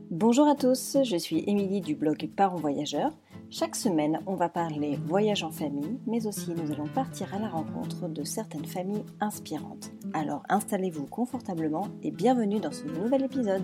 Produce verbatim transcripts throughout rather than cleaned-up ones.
Bonjour à tous, je suis Émilie du blog Parents Voyageurs. Chaque semaine, on va parler voyage en famille, mais aussi nous allons partir à la rencontre de certaines familles inspirantes. Alors installez-vous confortablement et bienvenue dans ce nouvel épisode.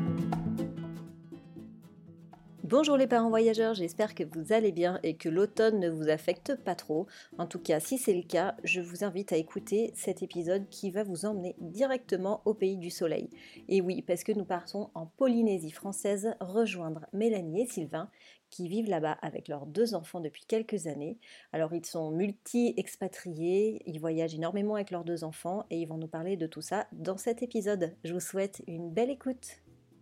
Bonjour les parents voyageurs, j'espère que vous allez bien et que l'automne ne vous affecte pas trop. En tout cas, si c'est le cas, je vous invite à écouter cet épisode qui va vous emmener directement au pays du soleil. Et oui, parce que nous partons en Polynésie française rejoindre Mélanie et Sylvain qui vivent là-bas avec leurs deux enfants depuis quelques années. Alors ils sont multi-expatriés, ils voyagent énormément avec leurs deux enfants et ils vont nous parler de tout ça dans cet épisode. Je vous souhaite une belle écoute.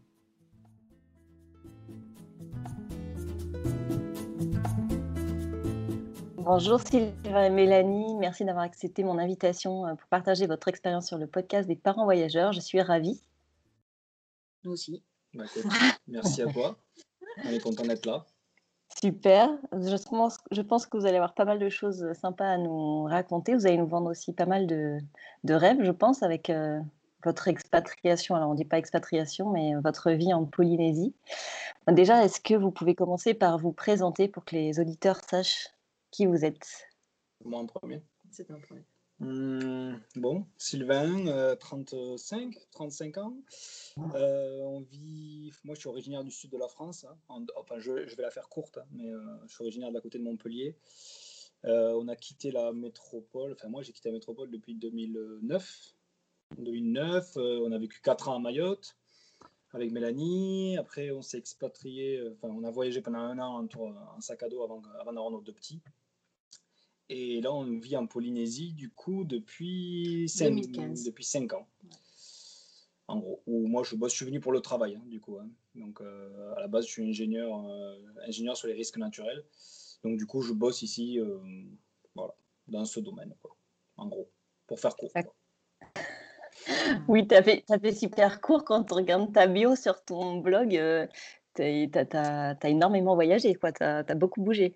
Bonjour Sylvain et Mélanie, merci d'avoir accepté mon invitation pour partager votre expérience sur le podcast des parents voyageurs. Je suis ravie. Nous aussi. Bah, écoute, merci à toi. On est content d'être là. Super. Je pense, je pense que vous allez avoir pas mal de choses sympas à nous raconter. Vous allez nous vendre aussi pas mal de, de rêves, je pense, avec euh, votre expatriation. Alors, on ne dit pas expatriation, mais votre vie en Polynésie. Déjà, est-ce que vous pouvez commencer par vous présenter pour que les auditeurs sachent qui vous êtes? Moi en premier. C'est un premier. Hum, bon, Sylvain, euh, trente-cinq, trente-cinq ans. Euh, on vit. Moi, je suis originaire du sud de la France. Hein. En- Enfin, je, je vais la faire courte, hein, mais euh, je suis originaire d'à côté de Montpellier. Euh, on a quitté la métropole. Enfin, moi, j'ai quitté la métropole depuis deux mille neuf. deux mille neuf, euh, on a vécu quatre ans à Mayotte avec Mélanie. Après, on s'est expatrié. euh, Enfin, on a voyagé pendant un an en, tour- en sac à dos avant, avant d'avoir nos deux petits. Et là, on vit en Polynésie, du coup, depuis cinq, deux mille quinze. depuis cinq ans. Ouais. En gros, où moi, je, bosse, je suis venu pour le travail, hein, du coup. Hein. Donc, euh, à la base, je suis ingénieur, euh, ingénieur sur les risques naturels. Donc, du coup, je bosse ici, euh, voilà, dans ce domaine, quoi. En gros, pour faire court. Quoi. Oui, tu as fait, t'as fait super court quand on regarde ta bio sur ton blog. Euh, tu as énormément voyagé, quoi. Tu as beaucoup bougé.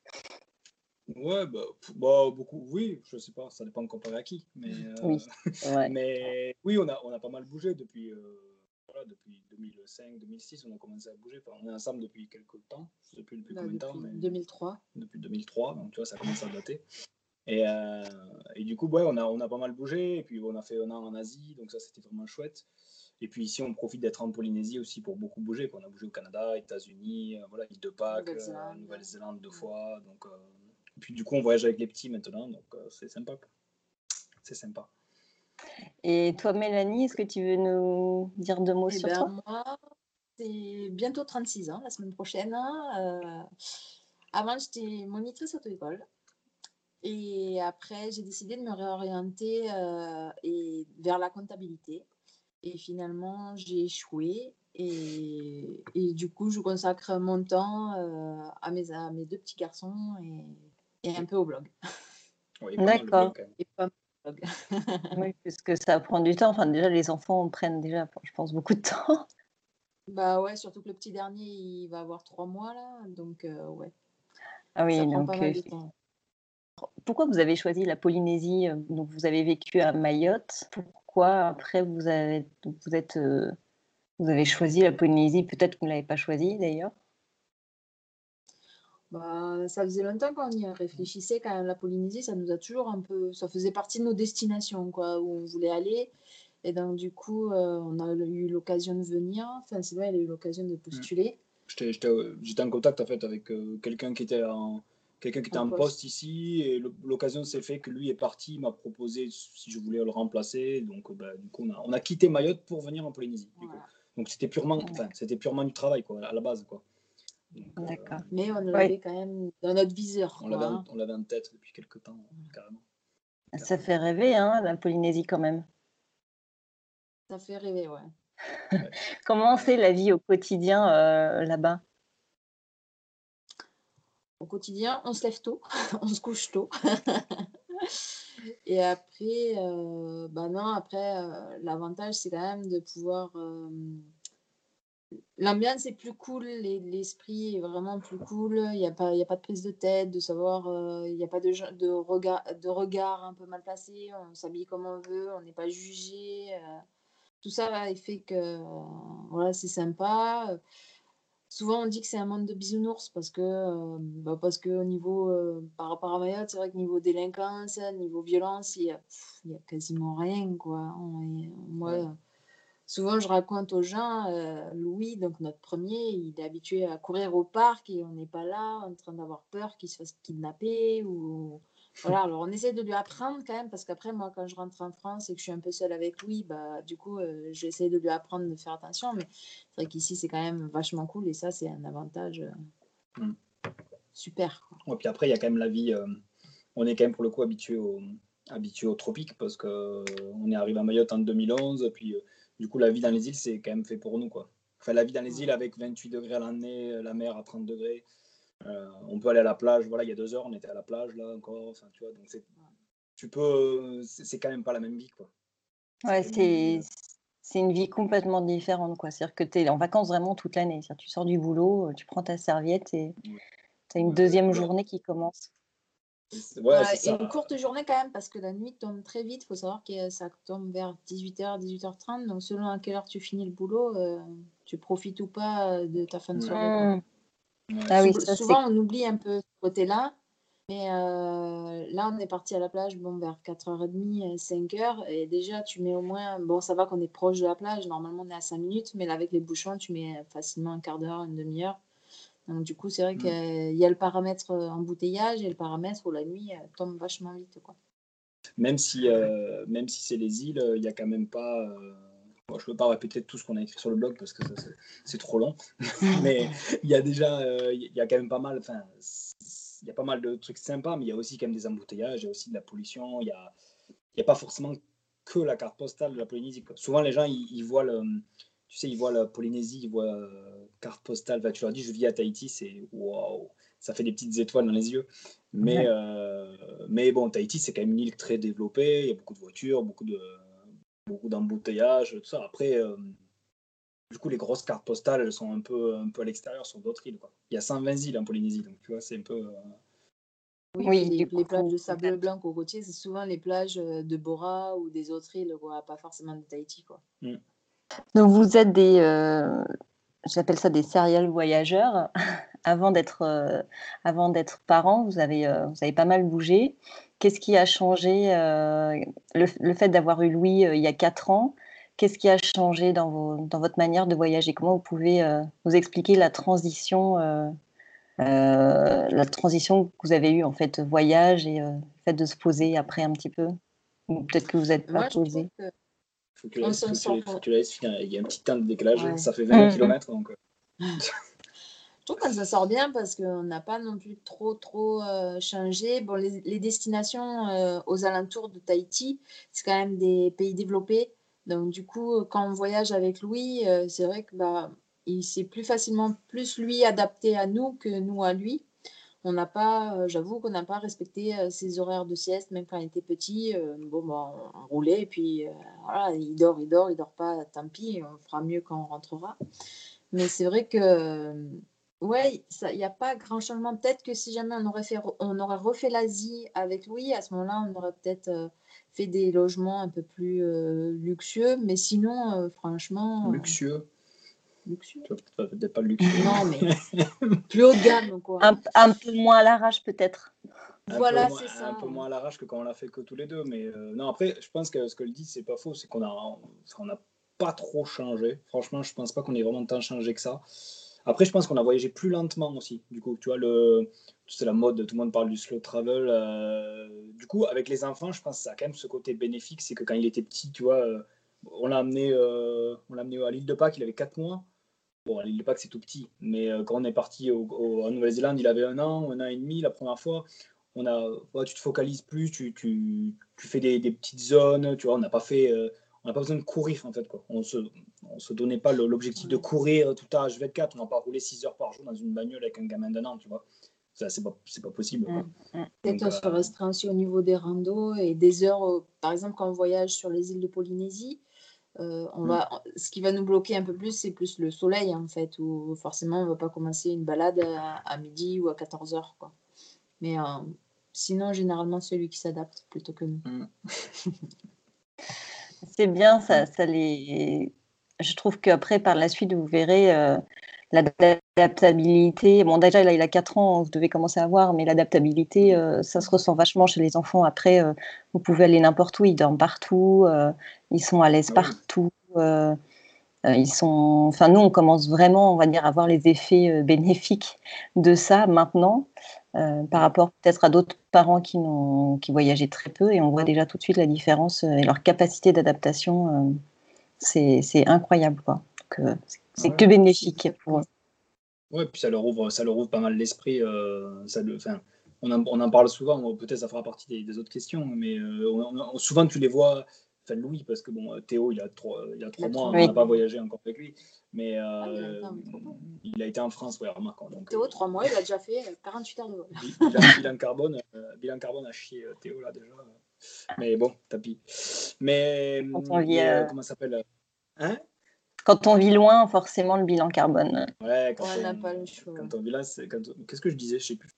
Ouais, bah, bah, beaucoup, oui, je sais pas, ça dépend comparé à qui. Mais, euh, Oui, ouais. mais oui, on a, on a pas mal bougé depuis, euh, voilà, depuis deux mille cinq, deux mille six, on a commencé à bouger. Enfin, on est ensemble depuis quelques temps, je sais plus depuis Bah, combien de depuis temps, mais deux mille trois. depuis deux mille trois, donc tu vois, ça commence à dater. Et, euh, et du coup, ouais, on a, on a pas mal bougé, et puis on a fait un an en Asie, donc ça c'était vraiment chouette. Et puis ici, on profite d'être en Polynésie aussi pour beaucoup bouger. Quoi. On a bougé au Canada, États-Unis, euh, voilà, île de Pâques, Nouvelle-Zélande, euh, Nouvelle-Zélande deux ouais. fois. Donc, euh, et puis du coup, on voyage avec les petits maintenant, donc euh, c'est sympa. Quoi. C'est sympa. Et toi, Mélanie, est-ce que tu veux nous dire deux mots Eh sur ben, toi? Moi, c'est bientôt trente-six ans, la semaine prochaine. Euh, avant, j'étais monitrice auto-école. Et après, j'ai décidé de me réorienter euh, et vers la comptabilité. Et finalement, j'ai échoué. Et, et du coup, je consacre mon temps euh, à, mes, à mes deux petits garçons et, et un peu au blog. Oui, D'accord. Et pas mal le blog. Oui, puisque ça prend du temps. Enfin, déjà, les enfants prennent déjà, je pense, beaucoup de temps. Bah ouais, surtout que le petit dernier, il va avoir trois mois là. Donc, euh, ouais. Ah oui, Ça prend donc, pas mal euh, de temps. pourquoi vous avez choisi la Polynésie? euh, Donc, vous avez vécu à Mayotte. Pourquoi après vous avez, vous êtes, euh, vous avez choisi la Polynésie? Peut-être que vous ne l'avez pas choisi d'ailleurs. Bah, ça faisait longtemps qu'on y réfléchissait quand même. La Polynésie, ça nous a toujours un peu. Ça faisait partie de nos destinations, quoi, où on voulait aller. Et donc, du coup, euh, on a eu l'occasion de venir. Enfin, c'est vrai, elle a eu l'occasion de postuler. J'étais, j'étais, j'étais en contact en fait avec euh, quelqu'un qui était en, quelqu'un qui était en, en poste. poste ici et l'occasion s'est fait que lui est parti, il m'a proposé si je voulais le remplacer. Donc, bah, du coup, on a, on a quitté Mayotte pour venir en Polynésie. Du voilà. coup. Donc, c'était purement, enfin, c'était purement du travail quoi, à la base. Quoi. Donc, D'accord. Euh, Mais on l'avait ouais. quand même dans notre viseur. On, Quoi, l'avait, hein. on l'avait en tête depuis quelques temps, mmh. carrément. Ça carrément. Fait rêver, hein, la Polynésie quand même. Ça fait rêver, ouais. ouais. Comment c'est la vie au quotidien euh, là-bas? Au quotidien, on se lève tôt, on se couche tôt. Et après, euh, bah non, après, euh, l'avantage, c'est quand même de pouvoir... Euh, l'ambiance est plus cool, l'esprit est vraiment plus cool, il n'y a, a pas de prise de tête, de savoir, euh, il n'y a pas de, de, regard, de regard un peu mal placé, on s'habille comme on veut, on n'est pas jugé. Euh, tout ça fait que euh, voilà, c'est sympa. Souvent, on dit que c'est un monde de bisounours parce que, euh, bah, parce que au niveau, euh, par rapport à Mayotte, c'est vrai que niveau délinquance, niveau violence, il y a, pff, il y a quasiment rien, quoi. On est- moi, Ouais. souvent, je raconte aux gens, euh, Louis, donc notre premier, il est habitué à courir au parc et on n'est pas là en train d'avoir peur qu'il se fasse kidnapper ou voilà. Alors on essaie de lui apprendre quand même parce qu'après moi, quand je rentre en France et que je suis un peu seule avec Louis, bah du coup, euh, j'essaie de lui apprendre de faire attention. Mais c'est vrai qu'ici c'est quand même vachement cool et ça c'est un avantage euh, Mm. super, quoi. Ouais, puis après, il y a quand même la vie. euh, on est quand même pour le coup habitué au, habitué aux tropiques parce que euh, on est arrivé à Mayotte en deux mille onze. Puis euh, du coup, la vie dans les îles, c'est quand même fait pour nous, quoi. Enfin, la vie dans les Ouais. îles avec vingt-huit degrés à l'année, la mer à trente degrés. euh, on peut aller à la plage. Voilà, il y a deux heures, on était à la plage là encore. Enfin, tu vois, donc c'est, tu peux, c'est, c'est quand même pas la même vie, quoi. C'est Ouais, quand même une vie. c'est c'est une vie complètement différente, quoi. C'est-à-dire que tu es en vacances vraiment toute l'année. C'est-à-dire tu sors du boulot, euh, tu prends ta serviette et euh, tu as une ouais, ouais. deuxième Bon, journée qui commence. c'est- ouais, c'est Ouais, et ça. une courte journée quand même parce que la nuit tombe très vite. Il faut savoir que ça tombe vers dix-huit heures, dix-huit heures trente. Donc selon à quelle heure tu finis le boulot, euh, tu profites ou pas euh, de ta fin de Ouais. soirée, quoi. Mmh. Ouais, Ah oui, c'est- Soub- ça c'est. Souvent, on oublie un peu ce côté-là. Mais euh, là, on est parti à la plage bon, vers quatre heures trente, cinq heures. Et déjà, tu mets au moins. Bon, ça va qu'on est proche de la plage. Normalement, on est à cinq minutes. Mais là, avec les bouchons, tu mets facilement un quart d'heure, une demi-heure. Donc, du coup, c'est vrai Mm. qu'il y a le paramètre euh, embouteillage et le paramètre où la nuit euh, tombe vachement vite, quoi. Même si, euh, même si c'est les îles, il y a quand même pas. euh, bon, je ne peux pas répéter tout ce qu'on a écrit sur le blog parce que ça, c'est, c'est trop long. Mais il y a déjà, euh, il y a quand même pas mal. Enfin, il y a pas mal de trucs sympas, mais il y a aussi quand même des embouteillages, il y a aussi de la pollution. Il y a, il y a pas forcément que la carte postale de la Polynésie, quoi. Souvent, les gens, ils, ils voient le, tu sais, ils voient la Polynésie, ils voient euh, carte postale. Enfin, tu leur dis, je vis à Tahiti, c'est waouh, ça fait des petites étoiles dans les yeux. Mais, Ouais. euh, mais bon, Tahiti, c'est quand même une île très développée. Il y a beaucoup de voitures, beaucoup de, beaucoup d'embouteillages, tout ça. Après, euh, du coup, les grosses cartes postales, elles sont un peu, un peu à l'extérieur sur d'autres îles, quoi. Il y a cent vingt îles en Polynésie, donc tu vois, c'est un peu. euh, Oui, puis Oui, les, du les plages coup. de sable blanc cocotier, c'est souvent les plages euh, de Bora ou des autres îles, quoi, pas forcément de Tahiti, quoi. hmm. Donc vous êtes des, euh, j'appelle ça des serial voyageurs. Avant d'être, euh, avant d'être parent, vous avez, euh, vous avez pas mal bougé. Qu'est-ce qui a changé euh, le, le fait d'avoir eu Louis euh, il y a quatre ans, qu'est-ce qui a changé dans, vos, dans votre manière de voyager? Comment vous pouvez euh, nous expliquer la transition, euh, euh, la transition que vous avez eue en fait, voyage et euh, le fait de se poser après un petit peu? Ou peut-être que vous n'êtes pas Moi, je trouve posé. que Faut que tu on laisses, s'en faut que tu, sort. laisses- faut que tu laisses finir. Il y a un petit temps de décalage, Ouais. ça fait vingt Mmh. kilomètres, donc. euh, Je trouve qu'on s'en sort bien parce qu'on n'a pas non plus trop, trop euh, changé. Bon, les, les destinations euh, aux alentours de Tahiti, c'est quand même des pays développés. Donc, du coup, quand on voyage avec Louis, euh, c'est vrai que bah, il s'est plus facilement plus lui adapté à nous que nous à lui. On n'a pas, euh, j'avoue qu'on n'a pas respecté euh, ses horaires de sieste, même quand il était petit. Euh, bon, bah, on, on roulait et puis euh, voilà, il dort, il dort, il dort pas, tant pis, on fera mieux quand on rentrera. Mais c'est vrai que, euh, ouais, ça, il n'y a pas grand changement. Peut-être que si jamais on aurait fait, on aurait refait l'Asie avec Louis, à ce moment-là, on aurait peut-être euh, fait des logements un peu plus euh, luxueux. Mais sinon, euh, franchement, euh, luxueux. luxueux. Tu vois, peut-être pas luxueux. Non, mais plus haut de gamme, quoi. Un, un peu moins à l'arrache peut-être. Un peu Voilà, moins, c'est un ça. peu moins à l'arrache que quand on l'a fait que tous les deux. Mais euh, non, après, je pense que ce que le dit, c'est pas faux. C'est qu'on a, on n'a pas trop changé. Franchement, je pense pas qu'on ait vraiment tant changé que ça. Après, je pense qu'on a voyagé plus lentement aussi. Du coup, tu vois, le, c'est la mode, tout le monde parle du slow travel. euh, du coup, avec les enfants, je pense que ça a quand même ce côté bénéfique. C'est que quand il était petit, tu vois, euh, on l'a amené, euh, on l'a amené à l'île de Pâques, il avait quatre mois. Bon, l'île de Pâques, c'est tout petit. Mais euh, quand on est parti au, au, en Nouvelle-Zélande, il avait un an, un an et demi la première fois. On a, ouais, tu te focalises plus, tu, tu, tu fais des, des petites zones, tu vois, on n'a pas fait, euh, on n'a pas besoin de courir en fait, quoi. On se, on se donnait pas le- l'objectif de Ouais. courir tout à H vingt-quatre, on n'a pas roulé six heures par jour dans une bagnole avec un gamin d'un an, tu vois. Ça, c'est pas, c'est pas possible, quoi. Mmh, mmh. Peut-être Donc, on se euh, restreint aussi au niveau des randos et des heures. euh, Par exemple, quand on voyage sur les îles de Polynésie, euh, on mm, va, ce qui va nous bloquer un peu plus, c'est plus le soleil, en fait, où forcément, on ne va pas commencer une balade à, à midi ou à quatorze heures, quoi. Mais euh, sinon, généralement, celui qui s'adapte plutôt que nous. mm. C'est bien, ça, ça les... Je trouve qu'après, par la suite, vous verrez euh, l'adaptabilité. Bon, déjà, là, il a quatre ans, vous devez commencer à voir, mais l'adaptabilité, euh, ça se ressent vachement chez les enfants. Après, euh, vous pouvez aller n'importe où, ils dorment partout, euh, ils sont à l'aise Ah oui. partout. Euh, euh, ils sont... Enfin, nous, on commence vraiment, on va dire, à voir les effets euh, bénéfiques de ça maintenant, euh, par rapport peut-être à d'autres parents qui, n'ont... qui voyageaient très peu, et on voit déjà tout de suite la différence euh, et leur capacité d'adaptation. Euh, c'est, c'est incroyable, quoi. Donc, euh, c'est, c'est Ouais. que bénéfique pour eux. Ouais, puis ça leur ouvre, ça leur ouvre pas mal l'esprit. Euh, ça, le- enfin, on en, on en parle souvent. Bon, peut-être ça fera partie des, des autres questions, mais euh, on- on- souvent tu les vois. Enfin, Louis, parce que bon, Théo, il a trois, il a trois a mois, trois on mois. n'a pas voyagé encore avec lui, mais Ah, il a euh, été en trois mois. il a été en France, ouais, remarque. Donc, Théo, euh, trois mois, il a déjà fait quarante-huit heures de vol. bi- bilan, bilan carbone, euh, bilan carbone à chier euh, Théo là déjà. Mais bon, tapis. Mais, Quand on vit, mais euh, euh, comment ça s'appelle? Hein? quand on vit loin, forcément, le bilan carbone. Ouais, quand On n'a on, pas le choix. quand on vit là, c'est, quand on- qu'est-ce que je disais? Je sais plus.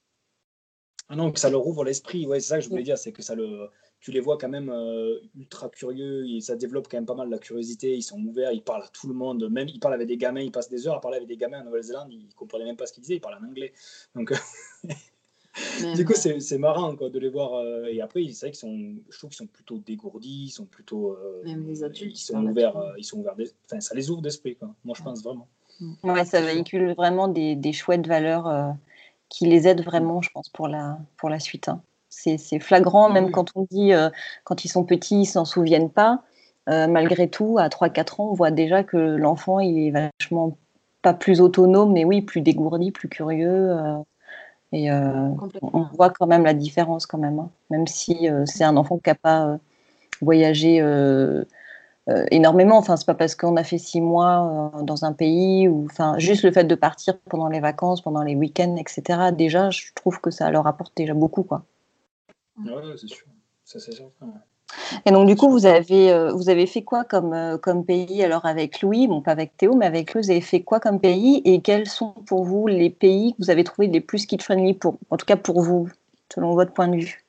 Ah non, que ça leur ouvre l'esprit, ouais, c'est ça que je voulais dire, c'est que ça le, tu les vois quand même euh, ultra curieux, et ça développe quand même pas mal la curiosité, ils sont ouverts, ils parlent à tout le monde, même ils parlent avec des gamins, ils passent des heures à parler avec des gamins en Nouvelle-Zélande, ils comprenaient même pas ce qu'ils disaient, ils parlent en anglais. Donc Même, du coup, euh, c'est, c'est marrant quoi, de les voir, euh, et après, c'est vrai qu'ils sont, je trouve qu'ils sont plutôt dégourdis, ils sont plutôt, euh, même les adultes, ils ils sont parlent à ouverts, tout le euh, monde. ils sont ouverts, d'es- enfin, ça les ouvre d'esprit, quoi. Moi, je Ouais. pense vraiment. Ouais, ça C'est sûr. véhicule vraiment des, des chouettes valeurs euh, qui les aident vraiment, je pense, pour la, pour la suite. Hein. C'est, c'est flagrant, Ah même oui. quand on dit, euh, quand ils sont petits, ils s'en souviennent pas. Euh, malgré tout, à trois quatre ans, on voit déjà que l'enfant, il est vachement, pas plus autonome, mais oui, plus dégourdi, plus curieux. euh, et euh, on Complètement. voit quand même la différence, quand même. Hein. Même si euh, c'est un enfant qui n'a pas euh, voyagé euh, euh, énormément. Enfin, c'est pas parce qu'on a fait six mois euh, dans un pays ou, enfin, juste le fait de partir pendant les vacances, pendant les week-ends, et cetera. Déjà, je trouve que ça leur apporte déjà beaucoup, quoi. Ouais, ouais, c'est sûr. Ça, c'est certain. Ouais. Et donc, du C'est coup, sûr. vous avez, euh, vous avez fait quoi comme, euh, comme pays alors avec Louis, bon, pas avec Théo, mais avec Louis, vous avez fait quoi comme pays et quels sont pour vous les pays que vous avez trouvé les plus kid-friendly, pour, en tout cas pour vous, selon votre point de vue?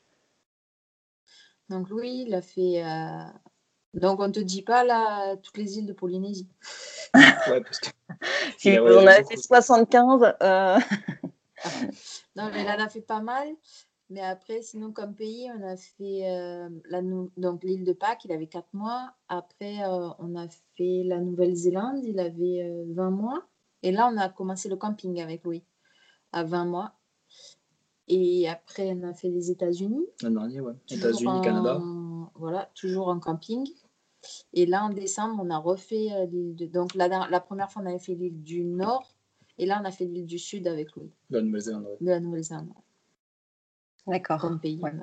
Donc Louis, il a fait... euh, Donc on te dit pas là toutes les îles de Polynésie. Ouais, parce que Si il a vous en voyagé avez fait beaucoup. soixante-quinze, euh... Non, mais là, on a fait pas mal. Mais après, sinon, comme pays, on a fait euh, la nou- donc l'île de Pâques, il avait quatre mois. Après, euh, on a fait la Nouvelle-Zélande, il avait euh, vingt mois. Et là, on a commencé le camping avec Louis à vingt mois. Et après, on a fait les États-Unis. L'an dernier, ouais. Toujours États-Unis, Canada. en... Voilà, toujours en camping. Et là, en décembre, on a refait euh, l'île de... Donc, la, der- la première fois, on avait fait l'île du Nord. Et là, on a fait l'île du Sud avec Louis, La Nouvelle-Zélande, ouais. de la Nouvelle-Zélande, D'accord. comme pays. Ouais.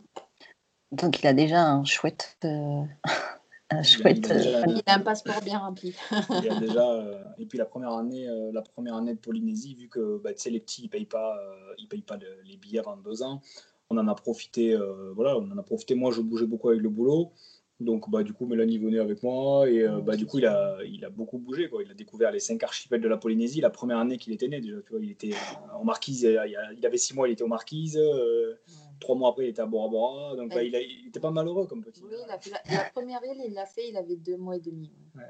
Donc, il a déjà un chouette, euh, un Il a, chouette. il a déjà la, Il a un passeport bien rempli. il a déjà euh, et puis la première année euh, la première année de Polynésie, vu que bah, tu sais les petits ils payent pas euh, ils payent pas le- les billets avant deux ans, on en a profité euh, voilà on en a profité. Moi je bougeais beaucoup avec le boulot, donc bah du coup Mélanie venait avec moi et euh, bah du coup il a il a beaucoup bougé quoi. Il a découvert les cinq archipels de la Polynésie la première année qu'il était né déjà, tu vois. Il était euh, en Marquise, il, y a- il avait six mois il était aux Marquises, euh, trois mois après il était à Bora Bora, donc bah, il, a, il était pas malheureux comme petit. Oui, il a fait la, la première île, il l'a fait, il avait deux mois et demi. Ouais.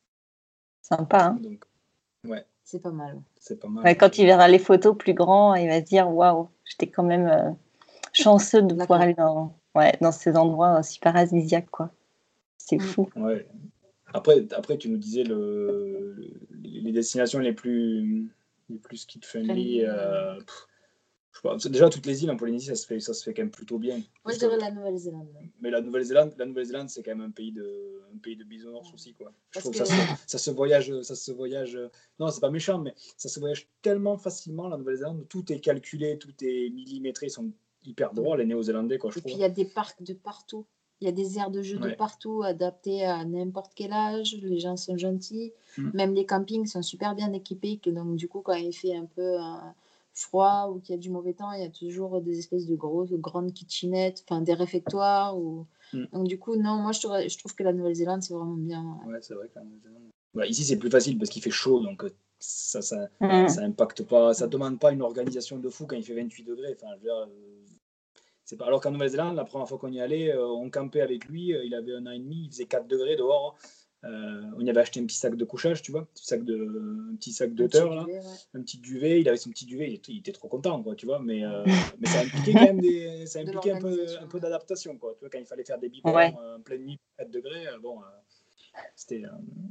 Sympa, hein. Donc ouais, C'est pas mal. c'est pas mal. Ouais, quand il verra les photos plus grands, il va se dire waouh, j'étais quand même euh, chanceux de La pouvoir classe. aller dans, ouais, dans ces endroits aussi paradisiaques, quoi. C'est Mm. fou. Ouais. Après, après, tu nous disais le, le- les destinations les plus, les plus kid-friendly. Friendly, Euh, pff, je sais pas. Déjà, toutes les îles en Polynésie, ça se fait, ça se fait quand même plutôt bien. Moi, Parce je que- dirais la Nouvelle-Zélande. mais la Nouvelle-Zélande, la Nouvelle-Zélande, c'est quand même un pays de, un pays de bisounours aussi, quoi. Je Parce trouve que- que ça se, ça se voyage, ça se voyage. Non, c'est pas méchant, mais ça se voyage tellement facilement la Nouvelle-Zélande. Tout est calculé, tout est millimétré. Ils sont hyper droits, les Néo-Zélandais, quoi, je Et puis, trouve. il y a des parcs de partout. Il y a des aires de jeu de Ouais. partout, adaptées à n'importe quel âge. Les gens sont gentils. Mm. Même les campings sont super bien équipés. Que donc, du coup, quand il fait un peu euh, froid ou qu'il y a du mauvais temps, il y a toujours des espèces de grosses, de grandes kitchenettes, enfin des réfectoires. Ou... Mm. Donc, du coup, non, moi, je, trouve- je trouve que la Nouvelle-Zélande, c'est vraiment bien. Ouais, c'est vrai que la Nouvelle-Zélande. Bah, ici, c'est plus facile parce qu'il fait chaud, donc euh, ça, ça, Mm. ça impacte pas, ça demande pas une organisation de fou quand il fait vingt-huit degrés. Enfin, je veux dire, euh, c'est pas... Alors qu'en Nouvelle-Zélande, la première fois qu'on y allait, euh, on campait avec lui, euh, il avait un an et demi, il faisait quatre degrés dehors. Euh, on y avait acheté un petit sac de couchage, tu vois, un petit sac de, un petit sac d'auteur, là, duvet, ouais. un petit duvet, il avait son petit duvet, il était, il était trop content, quoi, tu vois, mais, euh, mais ça impliquait quand même des, ça De impliquait un peu, l'organisation. un peu d'adaptation, quoi, tu vois, quand il fallait faire des biberons Ouais. euh, en pleine nuit, quatre degrés, euh, bon, euh, c'était, euh,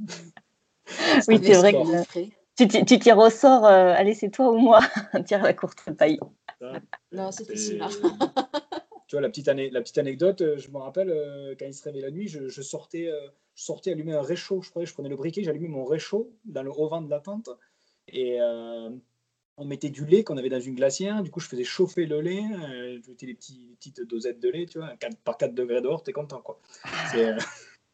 Oui, c'était c'est le vrai que sport. Les frais. tu t'y tu t'y ressors, euh, allez, c'est toi ou moi, tire la courte paille. Ça, Non, c'était c'est- Sylvain. Tu vois, la petite, ane- la petite anecdote, euh, je me rappelle, euh, quand il se réveillait la nuit, je, je sortais, euh, je sortais allumer un réchaud. Je prenais, je prenais le briquet, j'allumais mon réchaud dans le haut-vent de la tente. Et euh, on mettait du lait qu'on avait dans une glacière. Du coup, je faisais chauffer le lait. Euh, je mettais les, petits, les petites dosettes de lait, tu vois, quatre- par quatre degrés dehors, t'es content, quoi. C'est, euh,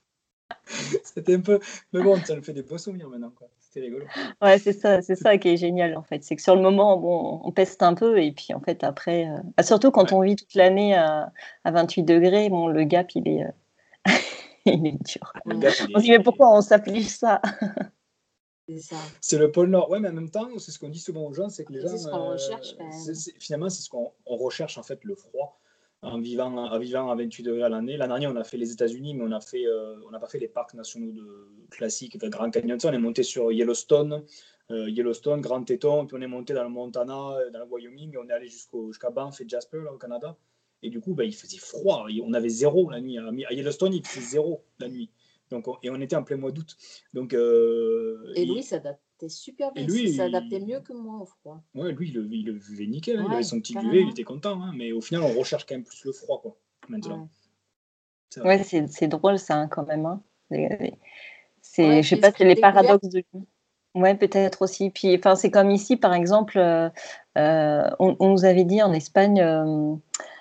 c'était un peu... Mais bon, ça nous fait des beaux souvenirs maintenant, quoi. C'était rigolo. Ouais, c'est ça, c'est ça qui est génial en fait. C'est que sur le moment, bon, on peste un peu et puis en fait après, euh, ah, surtout quand Ouais. on vit toute l'année à, à vingt-huit degrés, bon, le gap il est, euh, il est dur. Le Ouais. gap, il On se dit mais est... pourquoi on s'afflige ça? C'est ça. C'est le pôle Nord. Ouais, mais en même temps, c'est ce qu'on dit souvent aux gens, c'est que les C'est gens, ce qu'on euh, recherche quand c'est- même. c'est- finalement, c'est ce qu'on on recherche en fait, le froid, en vivant, en vivant à vingt-huit degrés à l'année. L'an dernier, on a fait les États-Unis, mais on a fait, euh, on n'a pas fait les parcs nationaux de classiques, enfin, Grand Canyon. Ça, on est monté sur Yellowstone, euh, Yellowstone, Grand Teton, puis on est monté dans le Montana, euh, dans le Wyoming, et on est allé jusqu'au, jusqu'à Banff et Jasper, là, au Canada. Et du coup, bah, il faisait froid. On avait zéro la nuit. À Yellowstone, il faisait zéro la nuit. Donc, on- et on était en plein mois d'août. Donc, euh, Et il- Louis s'adaptait super et bien. lui, Il s'adaptait il- mieux que moi au froid. ouais, lui, il le, il le vivait nickel, hein. Il Ouais, avait son petit duvet, il carrément. était content, hein. Mais au final, on recherche quand même plus le froid, quoi, maintenant. Ouais. C'est vrai. Ouais, c'est c'est drôle ça hein, quand même. Hein. C'est, c'est- Ouais, je sais puis pas, c'est esprit de les découverte. paradoxes de vie. Ouais, peut-être aussi. Puis, enfin, c'est comme ici, par exemple, euh, euh, on, on nous avait dit en Espagne, euh,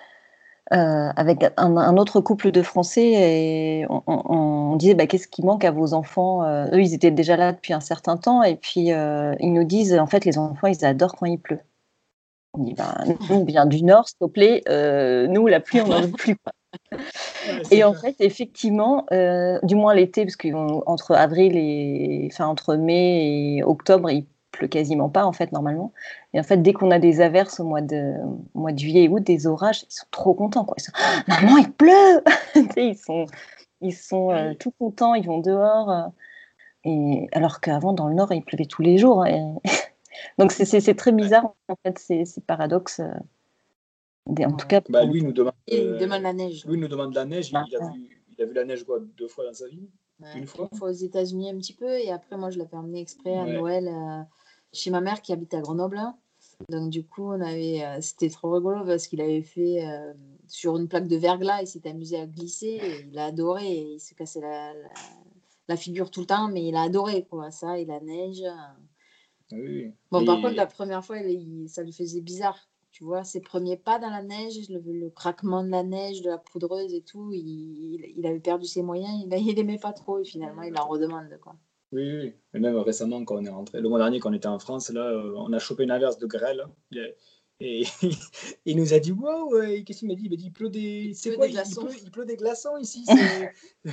euh, avec un, un autre couple de Français, et on, on- on disait, bah, qu'est-ce qui manque à vos enfants? Euh, Eux, ils étaient déjà là depuis un certain temps, et puis euh, ils nous disent, en fait, les enfants, ils adorent quand il pleut. On dit, bah, nous, on vient du Nord, s'il te plaît, euh, nous, la pluie, on n'en veut plus, quoi. Ouais, c'est Et en clair. fait, effectivement, euh, du moins l'été, parce qu'entre avril et, enfin, entre mai et octobre, il pleut quasiment pas, en fait, normalement. Et en fait, dès qu'on a des averses au mois de, au mois de juillet et août, des orages, ils sont trop contents, quoi. Ils sont, ah, maman, il pleut! Tu sais, ils sont, ils sont euh, Ouais. tout contents, ils vont dehors. euh, et, alors qu'avant, dans le Nord, il pleuvait tous les jours. Et... Donc, c'est, c'est, c'est très Ouais. bizarre, en fait, ces, ces paradoxes. euh, des- en tout Ouais. cas, Bah, pour, lui, il nous demande, Il euh, demande la neige. lui, il nous demande la neige. Il, il a Ouais. vu, il a vu la neige, quoi, deux fois dans sa vie? Ouais. Une fois? Une fois aux États-Unis un petit peu, et après, moi, je l'avais emmené exprès à Ouais. Noël euh, chez ma mère qui habite à Grenoble. Donc, du coup, on avait, euh, c'était trop rigolo parce qu'il avait fait euh, sur une plaque de verglas, il s'est amusé à glisser et il a adoré. Et il se cassait la, la, la figure tout le temps, mais il a adoré, quoi. Ça et la neige. Oui, oui. Bon, Mais par il- contre, la première fois, il- il- ça lui faisait bizarre. Tu vois, ses premiers pas dans la neige, le, le craquement de la neige, de la poudreuse et tout, il, il, il avait perdu ses moyens, il, il aimait pas trop et finalement, il en redemande, quoi. Oui, oui. Et même récemment, quand on est rentré, le mois dernier, quand on était en France, là, euh, on a chopé une averse de grêle. Il a- Et il nous a dit, wow, ouais, qu'est-ce qu'il m'a dit? Il m'a dit, il pleut des. C'est pleut quoi? des Il, il glaçons. pleut, il pleut des glaçons ici. C'est...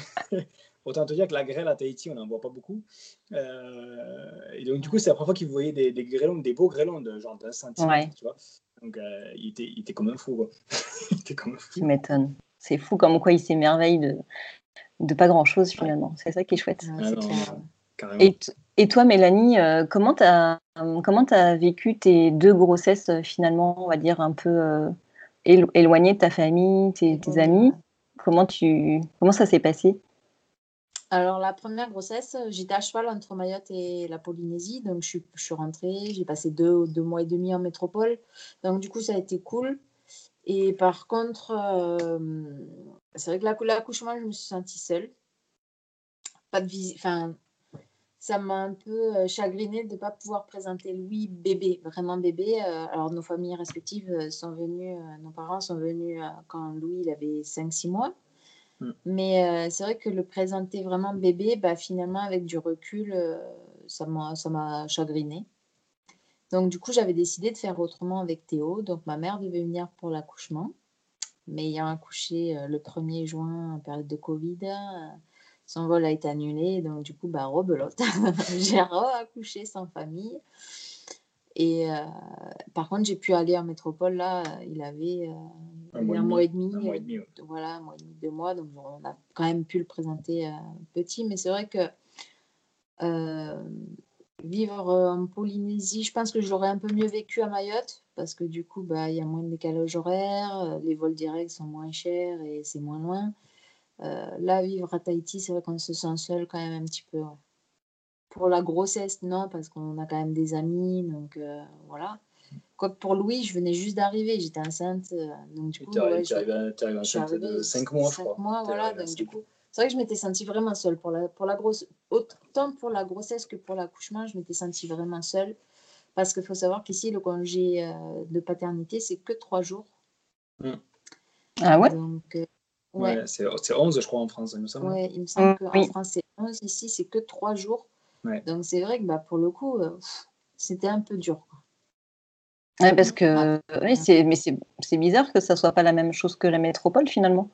Autant te dire que la grêle à Tahiti, on n'en voit pas beaucoup. Euh, Et donc, du coup, c'est la première fois qu'il voyait des, des grêlons, des beaux grêlons de genre d'un centimètre, Ouais, tu vois. Donc, euh, il, était, il était comme un fou, quoi. Il était comme un tu fou. m'étonnes. C'est fou comme quoi il s'émerveille de, de pas grand-chose Ouais. finalement. C'est ça qui est chouette. Ouais, Ah c'est non, clair. non, carrément. Et, t- et toi, Mélanie, euh, comment t'as comment t'as vécu tes deux grossesses euh, finalement, on va dire un peu euh, élo- éloignées de ta famille, tes, tes Éloigné, amis? ouais. Comment tu comment ça s'est passé? Alors, la première grossesse, j'étais à cheval entre Mayotte et la Polynésie. Donc, je suis, je suis rentrée, j'ai passé deux, deux mois et demi en métropole. Donc, du coup, ça a été cool. Et par contre, euh, c'est vrai que l'accou- l'accouchement, je me suis sentie seule. Pas de visite. Enfin, ça m'a un peu euh, chagrinée de ne pas pouvoir présenter Louis bébé, vraiment bébé. Euh, alors, nos familles respectives euh, sont venues, euh, nos parents sont venus euh, quand Louis il avait cinq six mois. Mm. Mais euh, c'est vrai que le présenter vraiment bébé, bah, finalement, avec du recul, euh, ça m'a, ça m'a chagrinée. Donc, du coup, j'avais décidé de faire autrement avec Théo. Donc, ma mère devait venir pour l'accouchement. Mais ayant accouché euh, le premier juin en période de Covid, euh, son vol a été annulé. Donc, du coup, bah, rebelote. J'ai re-accouché sans famille. Et euh, par contre, j'ai pu aller en métropole, là, il avait, euh, il Un avait mois et un mois et demi. demi, Un mois et euh, demi, ouais. voilà, un mois et demi, deux mois, donc on a quand même pu le présenter euh, petit, mais c'est vrai que euh, vivre en Polynésie, je pense que j'aurais un peu mieux vécu à Mayotte, parce que du coup, bah, il y a moins de décalage horaire, euh, les vols directs sont moins chers et c'est moins loin. Euh, là, vivre à Tahiti, c'est vrai qu'on se sent seul quand même un petit peu. Ouais. Pour la grossesse, non, parce qu'on a quand même des amis, donc euh, voilà. Quoique pour Louis, je venais juste d'arriver, j'étais enceinte, euh, donc du Et coup, t'es ouais, arrivé, je, t'es arrivé, t'es arrivé je suis enceinte de arrivée cinq mois, je cinq crois. mois, T'es voilà, arrivé donc du enceinte. coup, c'est vrai que je m'étais sentie vraiment seule pour la, pour la grosse, autant pour la grossesse que pour l'accouchement, je m'étais sentie vraiment seule, parce qu'il faut savoir qu'ici, le congé euh, de paternité, c'est que trois jours. Mm. Ah ouais? Donc, euh, Ouais, ouais, c'est c'est onze, je crois, en France, il me semble. ouais, il me semble Mm, qu'en oui. France, c'est onze, ici, c'est que trois jours. Ouais. Donc, c'est vrai que bah, pour le coup, euh, pff, c'était un peu dur, quoi. Ouais, parce que Après, oui, c'est mais c'est c'est bizarre que ça soit pas la même chose que la métropole finalement.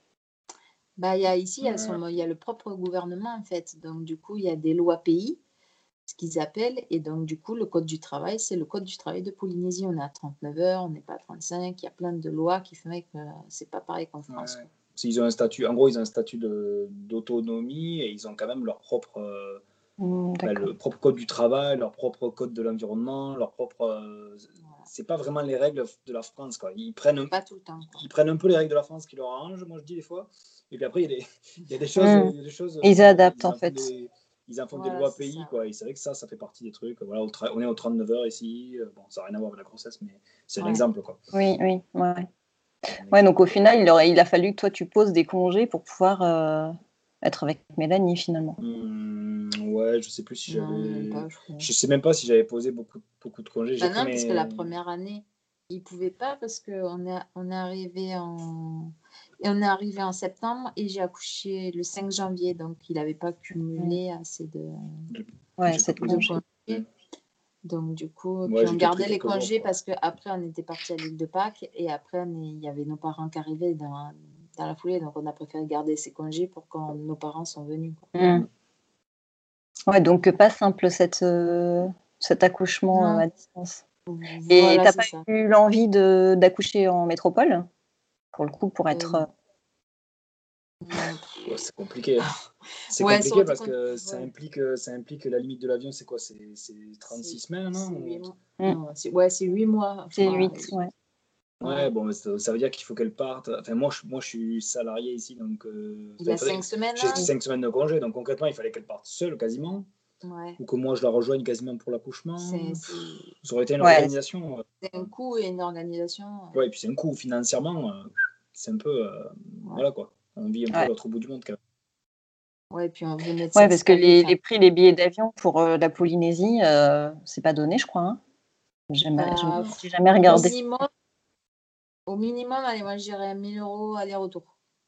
bah, il y a ici, il y a, Ouais. son, il y a le propre gouvernement, en fait. Donc, du coup, il y a des lois pays, ce qu'ils appellent. Et donc, du coup, le code du travail, c'est le code du travail de Polynésie. On est à trente-neuf heures, on n'est pas à trente-cinq. Il y a plein de lois qui font que euh, c'est pas pareil qu'en France, Ouais. quoi. Ils ont un statut, en gros, ils ont un statut de- d'autonomie et ils ont quand même leur propre, euh, Mm, bah, d'accord. le propre code du travail, leur propre code de l'environnement, leur propre. euh, Voilà. c'est pas vraiment les règles de la France, quoi. Ils prennent, un, Pas tout le temps, quoi. ils prennent un peu les règles de la France qui leur arrangent, moi je dis des fois. Et puis après, il y a des, il y a des choses, Mm. il y a des choses, Ils euh, adaptent ils en en font fait. des, ils en font des Voilà, lois c'est pays, ça. quoi. Et c'est vrai que ça, ça fait partie des trucs. Voilà, au tra- on est aux trente-neuf heures ici. euh, Bon, ça n'a rien à voir avec la grossesse, mais c'est un Ouais. exemple, quoi. Oui, oui, ouais. C'est un Ouais, donc au exemple. final, il aurait, il a fallu que toi tu poses des congés pour pouvoir euh, être avec Mélanie finalement. Hmm, ouais, je sais plus si Non, même j'avais. pas, je crois. Je sais même pas si j'avais posé beaucoup, beaucoup de congés. J'ai Bah pris non, parce que la mes. première année, il pouvait pas parce qu'on est, on est arrivé en... Et on est arrivé en septembre et j'ai accouché le cinq janvier, donc il n'avait pas cumulé assez de, de- Ouais, J'ai pas cette posé. de congé. congés. Donc du coup, Ouais, puis on j'ai que pris gardait les quelques jours, congés quoi. parce qu'après on était parti à l'île de Pâques et après on est- il y avait nos parents qui arrivaient dans, dans la foulée, donc on a préféré garder ces congés pour quand nos parents sont venus, quoi. Mm. Ouais, donc pas simple cette, euh, cet accouchement euh, Non, à distance. Et voilà, t'as c'est pas ça. eu l'envie de d'accoucher en métropole, pour le coup, pour Euh, être. euh, non. Ouais, c'est compliqué, hein. C'est Ouais, ça compliqué aurait été parce con- que ça ouais. implique, ça implique la limite de l'avion, c'est quoi? C'est c'est trente-six C'est semaines, non? c'est Ou- huit mois. Mm. Non, c'est ouais, c'est huit mois, je C'est crois. huit, ouais. Ouais, Ouais. bon, mais ça, ça veut dire qu'il faut qu'elle parte. Enfin, moi, je, moi, je suis salarié ici, donc euh, Il enfin, a il faudrait- cinq semaines, j'ai hein? cinq semaines de congé, donc concrètement, il fallait qu'elle parte seule quasiment, Ouais. ou que moi je la rejoigne quasiment pour l'accouchement. C'est c'est- Ça aurait été une Ouais. organisation. euh, c'est un coût et une organisation. euh, Ouais, et puis c'est un coût financièrement, euh, c'est un peu. euh, Voilà quoi. On vit un peu à Ouais. l'autre bout du monde quand même. Ouais, puis on venait de Ouais, parce que s'installer. les, enfin, les prix des billets d'avion pour euh, la Polynésie, euh, c'est pas donné, je crois. Hein. Jamais, je bah, j'ai jamais au regardé. minimum, au minimum, allez, moi je dirais mille euros aller-retour.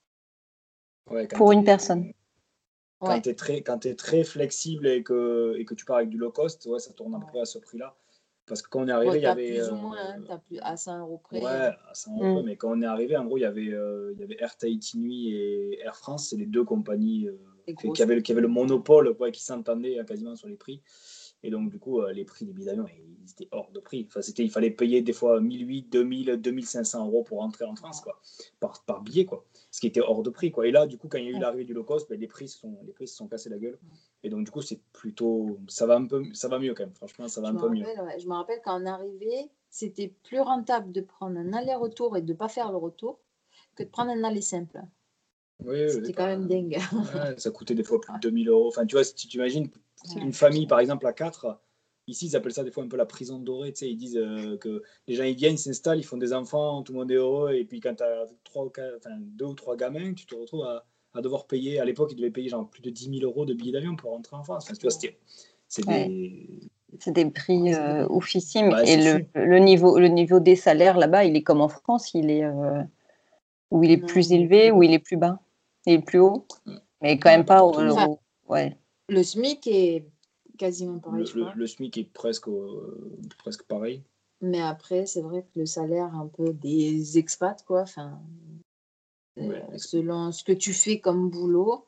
Ouais, quand Pour une t'es- personne. Quand Ouais. tu es très, quand t'es très flexible et que, et que tu pars avec du low cost, ouais, ça tourne à peu Ouais. près à ce prix-là. Parce que quand on est Bon, arrivé, il y t'as avait. plus ou euh, moins, hein, t'as plus à cent euros près. Ouais, euh, à cent euros près, Mm. mais quand on est arrivé, en gros, il y avait, euh, il y avait Air Tahiti Nuit et Air France, c'est les deux compagnies euh, les qui, grosses qui avaient, qui avaient le compagnies. monopole, ouais, qui s'entendaient euh, quasiment sur les prix. Et donc, du coup, euh, les prix des billets d'avion, ils étaient hors de prix. Enfin, c'était, il fallait payer des fois mille huit cents, deux mille, deux mille cinq cents euros pour rentrer en France, Ouais. quoi, par, par billet, quoi. Ce qui était hors de prix, quoi. Et là, du coup, quand il y a eu l'arrivée du low cost, ben, les, prix se sont, les prix se sont cassés la gueule. Et donc, du coup, c'est plutôt. Ça va, un peu, ça va mieux quand même, franchement, ça va Je un me peu mieux. rappelle, ouais, je me rappelle quand on arrivait, c'était plus rentable de prendre un aller-retour et de ne pas faire le retour que de prendre un aller simple. Oui, oui, C'était quand bah, même dingue. ouais, ça coûtait des fois plus de deux mille euros. Enfin, tu vois, si tu t'imagines C'est une ouais. famille, par exemple, à quatre, ici, ils appellent ça des fois un peu la prison dorée. Tu sais, ils disent euh, que les gens, ils viennent, ils s'installent, ils font des enfants, tout le monde est heureux. Et puis, quand tu as trois, ou quatre, enfin, deux ou trois gamins, tu te retrouves à, à devoir payer. À l'époque, ils devaient payer genre plus de dix mille euros de billets d'avion pour rentrer en France. Enfin, tu vois, c'était, c'est Ouais. des. C'est des prix Ouais, c'est euh, dingue. oufissimes. Bah, Et c'est le, fou. le, niveau, le niveau des salaires là-bas, il est comme en France, il est, euh, où il est plus Non. élevé, où il est plus bas, il est plus haut, mais quand Ouais, même pas pas du au, tout. Enfin, au- ouais. le SMIC est quasiment pareil, Le, je le, crois. le SMIC est presque, euh, presque pareil. Mais après, c'est vrai que le salaire un peu des expats, quoi, enfin, Ouais, euh, selon ce que tu fais comme boulot,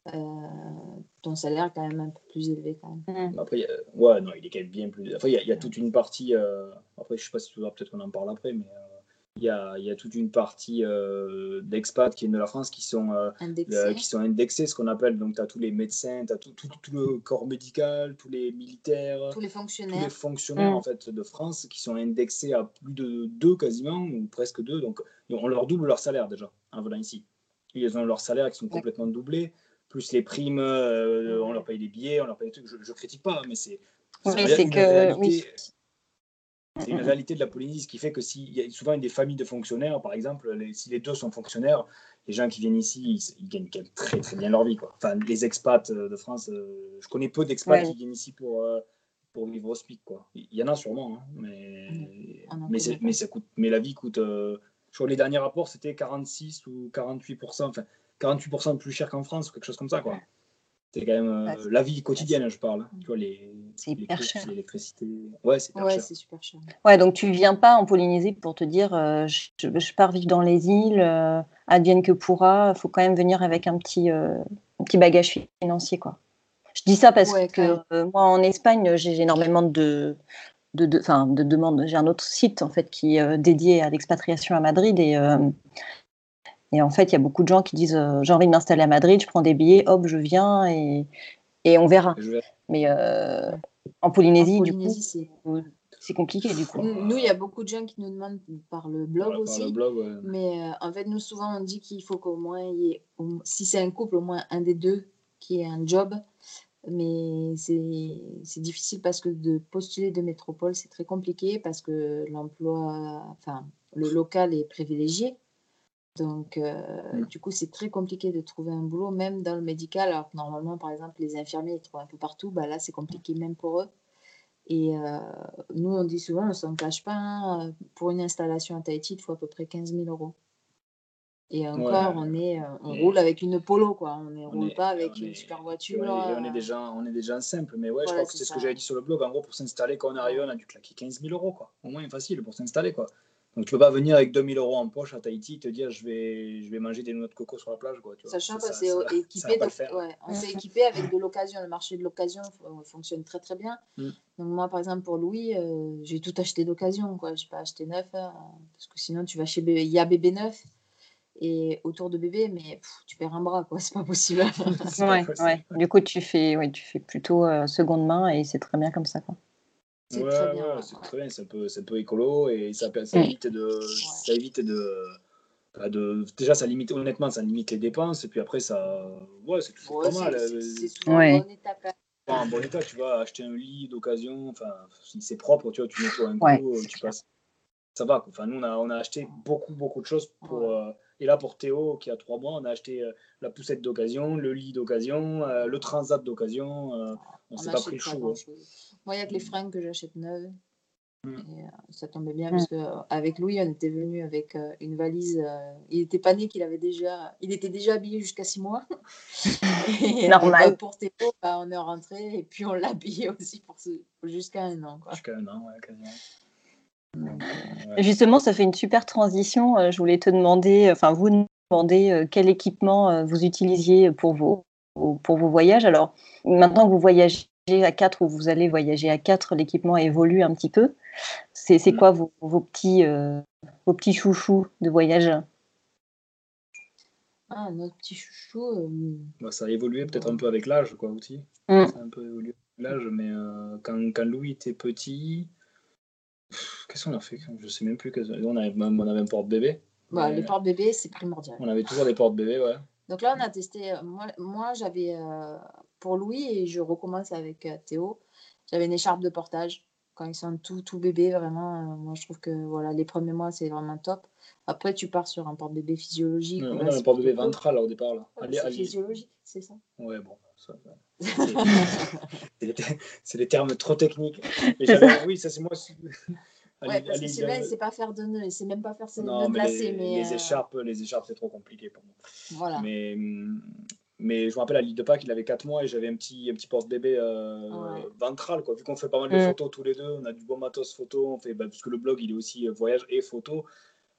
euh, ton salaire est quand même un peu plus élevé quand même. Mm. Après, il y a- ouais, non, il est quand même bien plus. Après, il y a, il y a toute une partie. euh, Après, je sais pas si tu veux, peut-être qu'on en parle après, mais euh, il y a, il y a toute une partie euh, d'expats qui viennent de la France qui sont, euh, Indexé. euh, qui sont indexés, ce qu'on appelle. Donc, tu as tous les médecins, tu as tout, tout, tout le corps médical, tous les militaires, Tous les tous les fonctionnaires. fonctionnaires Mm. en fait, de France qui sont indexés à plus de deux quasiment, ou presque deux. Donc, on leur double leur salaire déjà en venant ici. Ils ont leur salaire qui sont complètement doublés, plus les primes, euh, Ouais. on leur paye des billets, on leur paye des trucs. Je, je critique pas, mais c'est Oui, c'est c'est une que réalité. oui. C'est une réalité de la Polynésie, ce qui fait que s'il y a souvent des familles de fonctionnaires, par exemple, les, si les deux sont fonctionnaires, les gens qui viennent ici, ils, ils gagnent quand même très très bien leur vie, quoi. Enfin, les expats de France, euh, je connais peu d'expats Ouais. qui viennent ici pour, euh, pour vivre au SMIC, quoi. Il y en a sûrement, hein, mais, On en mais, connaît c'est- pas. mais, ça coûte, mais la vie coûte. Euh, je crois que les derniers rapports, c'était quarante-six ou quarante-huit pour cent, enfin quarante-huit pour cent de plus cher qu'en France, ou quelque chose comme ça, quoi. C'est quand même euh, Ouais, c'est- la vie quotidienne, je parle. Tu vois, les, C'est les hyper courses, cher. l'électricité. Ouais, c'est hyper Ouais, cher. c'est super cher. Ouais, donc tu viens pas en Polynésie pour te dire euh, je, je pars vivre dans les îles, euh, advienne que pourra. Il faut quand même venir avec un petit, euh, un petit bagage financier, quoi. Je dis ça parce Ouais, quand que même. euh, moi en Espagne, j'ai j'ai énormément de, de, de, enfin, de demandes. J'ai un autre site en fait qui est euh, dédié à l'expatriation à Madrid et, euh, et en fait il y a beaucoup de gens qui disent euh, j'ai envie de m'installer à Madrid, je prends des billets, hop, je viens et, et on verra. Je vais- Mais euh, Ouais. en En Polynésie, du coup, Polynésie, c'est. c'est compliqué du coup. Nous, nous, il y a beaucoup de gens qui nous demandent par le blog Par, par aussi. le blog, ouais. Mais euh, en fait, nous, souvent, on dit qu'il faut qu'au moins, il y ait, au- si c'est un couple, au moins un des deux qui ait un job. Mais c'est c'est difficile parce que de postuler de métropole, c'est très compliqué parce que l'emploi, enfin, le local est privilégié. Donc, euh, Mm. du coup, c'est très compliqué de trouver un boulot, même dans le médical. Alors que normalement, par exemple, les infirmiers, ils trouvent un peu partout. Bah, là, c'est compliqué même pour eux. Et euh, nous, on dit souvent, on ne s'en cache pas, hein, euh, pour une installation à Tahiti, il faut à peu près quinze mille euros. Et encore, Ouais. on, est, euh, on Et- roule avec une Polo, quoi. On ne On roule est, pas on avec une est, super et voiture. on est, et on est euh, des gens, on est des gens simples, mais ouais, je Voilà, crois que c'est c'est ce ça. que j'avais dit sur le blog. En gros, pour s'installer, quand on est arrivé, Ouais. on a dû claquer quinze mille euros, quoi. Au moins, facile pour s'installer, quoi. Donc, tu peux pas venir avec deux mille euros en poche à Tahiti et te dire je vais, je vais manger des noix de coco sur la plage, quoi. Tu vois. Sachant Ça, qu'on ça, s'est ça, ça équipé, va pas de, le faire. ouais, on s'est équipé avec de l'occasion. Le marché de l'occasion f- fonctionne très très bien. Mm. Donc moi, par exemple, pour Louis, euh, j'ai tout acheté d'occasion, quoi. J'ai pas acheté neuf, hein, parce que sinon tu vas chez bébé. Il y a bébé neuf et autour de bébé, mais pff, tu perds un bras, quoi. C'est pas possible. C'est pas Ouais, possible. ouais. Du coup, tu fais, ouais, tu fais plutôt euh, seconde main et c'est très bien comme ça, quoi. C'est Ouais, très bien. ouais, Ouais, c'est ouais. très bien, c'est un peu, c'est un peu écolo et ça, ça Mm. évite de, ça évite de, bah, de, déjà ça limite, honnêtement, ça limite les dépenses et puis après ça, ouais, c'est toujours Ouais, pas mal. c'est- c'est euh, c'est souvent Ouais. en bon état quand même. En bon état, tu vas acheter un lit d'occasion, enfin, si c'est propre, tu vois, tu nettoies un Ouais, coup, euh, c'est tu clair. passes. Ça va, quoi. Enfin, nous, on a, on a acheté beaucoup, beaucoup de choses pour. Ouais. euh, Et là, pour Théo, qui a trois mois, on a acheté euh, la poussette d'occasion, le lit d'occasion, euh, le transat d'occasion. euh, on On s'est pas pris n'achète le pas chou. grand hein. chose. Moi, il y a que les fringues que j'achète neuves. Mm. Et, euh, ça tombait bien Mm. parce qu'avec Louis, on était venu avec euh, une valise. euh, il était pas né qu'il avait déjà. Il était déjà habillé jusqu'à six mois. Et euh, Normal. bah, pour Théo, bah, on est rentré et puis on l'a habillé aussi pour ce... jusqu'à un an, quoi. Jusqu'à un an, ouais, quasiment. Donc, euh, Ouais. Justement, ça fait une super transition. Euh, Je voulais te demander, enfin vous demander euh, quel équipement euh, vous utilisiez pour vos, pour vos voyages. Alors maintenant que vous voyagez à quatre ou vous allez voyager à quatre, l'équipement évolue un petit peu. C'est c'est Mm. quoi vos, vos petits euh, vos petits chouchous de voyage? ah, notre petit chouchou. euh, Bah, ça a évolué peut-être bon. un peu avec l'âge, quoi, aussi. Mm. Ça a un peu évolué avec l'âge, mais euh, quand, quand Louis était petit, pff, qu'est-ce qu'on a fait? Je sais même plus. qu'est-ce- On avait, même- on avait un porte-bébé. Bah, mais les porte-bébés, c'est primordial. On avait toujours des porte-bébés, ouais. Donc là, on a testé. euh, Moi, moi j'avais euh, pour Louis et je recommence avec euh, Théo. J'avais une écharpe de portage quand ils sont tout tout bébés. Vraiment, euh, moi, je trouve que voilà, les premiers mois, c'est vraiment top. Après, tu pars sur un porte-bébé physiologique. Ouais, où on là, avait un c'est porte-bébé plutôt cool. ventral là, au départ. Là. Ouais, Allez, c'est allez. physiologique, c'est ça. Ouais, bon, ça, ça, c'est, c'est des, ter- c'est des termes trop techniques. Mais C'est j'avais, oui, ça c'est moi. aussi. Ouais, Allez, parce que allez, Sylvain, il le- ne sait pas faire de nœuds, il ne sait même pas faire ses Non, nœuds de mais lacets. les, Mais les euh, écharpes, les écharpes, c'est trop compliqué pour moi. voilà. Mais, hum, mais je me rappelle à l'île de Pâques, il avait quatre mois et j'avais un petit, un petit porte-bébé euh, Ouais. ventral. Quoi. Vu qu'on fait pas mal de Mm. photos tous les deux, on a du bon matos photo, on fait, bah, parce que le blog il est aussi euh, voyage et photo.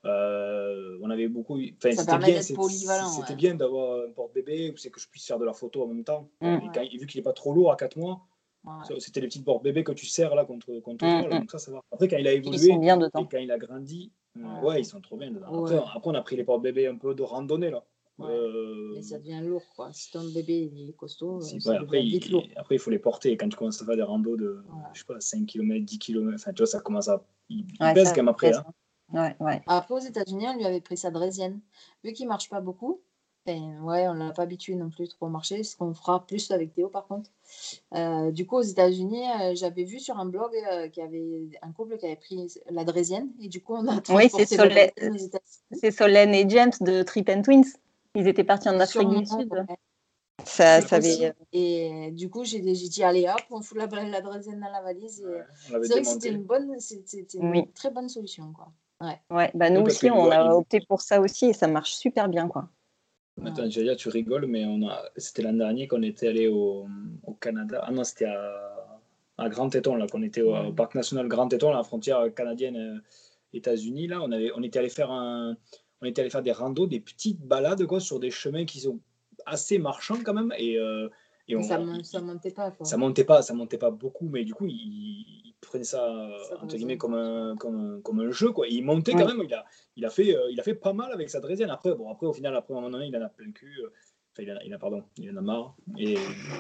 Euh, on avait beaucoup. Enfin, Ça c'était permet bien, d'être c'est- polyvalent, c'était ouais. bien d'avoir un porte-bébé où c'est que je puisse faire de la photo en même temps. Mm. Et quand- et vu qu'il n'est pas trop lourd à quatre mois, Ouais. ça, c'était les petites porte-bébés que tu serres là contre, contre Mm, toi. Là, mm. donc ça, ça va. Après, quand il a Ils sont évolué bien et dedans. quand il a grandi, euh, Ouais. ouais, ils sont trop bien dedans. Après, Ouais. on, après, on a pris les porte-bébés un peu de randonnée là. Ouais. Euh, Mais ça devient lourd, quoi. Si ton bébé il est costaud, si- euh, ça ouais, après, devient vite lourd. il, après, il faut les porter. Et quand tu commences à faire des randos de Voilà. je sais pas, cinq kilomètres, dix kilomètres, enfin, tu vois, ça commence à. Il, il Ouais, pèse ça quand même après. pèse, Hein. hein. Ouais, ouais. Après, aux États-Unis, on lui avait pris sa draisienne. Vu qu'il marche pas beaucoup, ben, ouais, on l'a pas habitué non plus trop à marcher, ce qu'on fera plus avec Théo par contre. Euh, du coup, aux États-Unis, euh, j'avais vu sur un blog euh, qu'il y avait un couple qui avait pris la draisienne et du coup, on a Oui, transporté c'est la Solène, draisienne aux États-Unis. c'est Solène et James de Trip and Twins. Ils étaient partis en Afrique Sûrement, du Sud. ouais. Ça, C'est ça Aussi. avait. Et du coup, j'ai j'ai dit, allez hop, on fout la, la draisienne dans la valise. Et... Ouais, on l'avait C'est vrai que c'était démonté. une, bonne, c'était une Oui. très bonne solution, quoi. Ouais. Ouais, bah nous Oui, parce aussi, qu'il on voit- a il- opté pour ça aussi et ça marche super bien, quoi. Attends, j'allais dire, tu rigoles, mais on a... c'était l'an dernier qu'on était allé au... au Canada. Ah non, c'était à, à Grand Teton, là, qu'on était au... Ouais. au parc national Grand Teton, la frontière canadienne-États-Unis. Là, on, avait... on était allé faire un... on était allé faire des randos, des petites balades, quoi, sur des chemins qui sont assez marchands quand même. Et, euh, et Mais on... ça, mon- ça montait pas, quoi. ça montait pas, ça montait pas beaucoup, mais du coup, il, il prenait ça, Ça entre draisienne, guillemets, comme quoi. un, comme, un, comme un jeu, quoi. Et il montait Oui. quand même, il a, il, a fait, euh, il a fait pas mal avec sa draisienne. Après, bon, après, au final, après, à un moment donné, il en a plein le cul. euh, Enfin, il en a, il a, pardon, il en a marre. Et...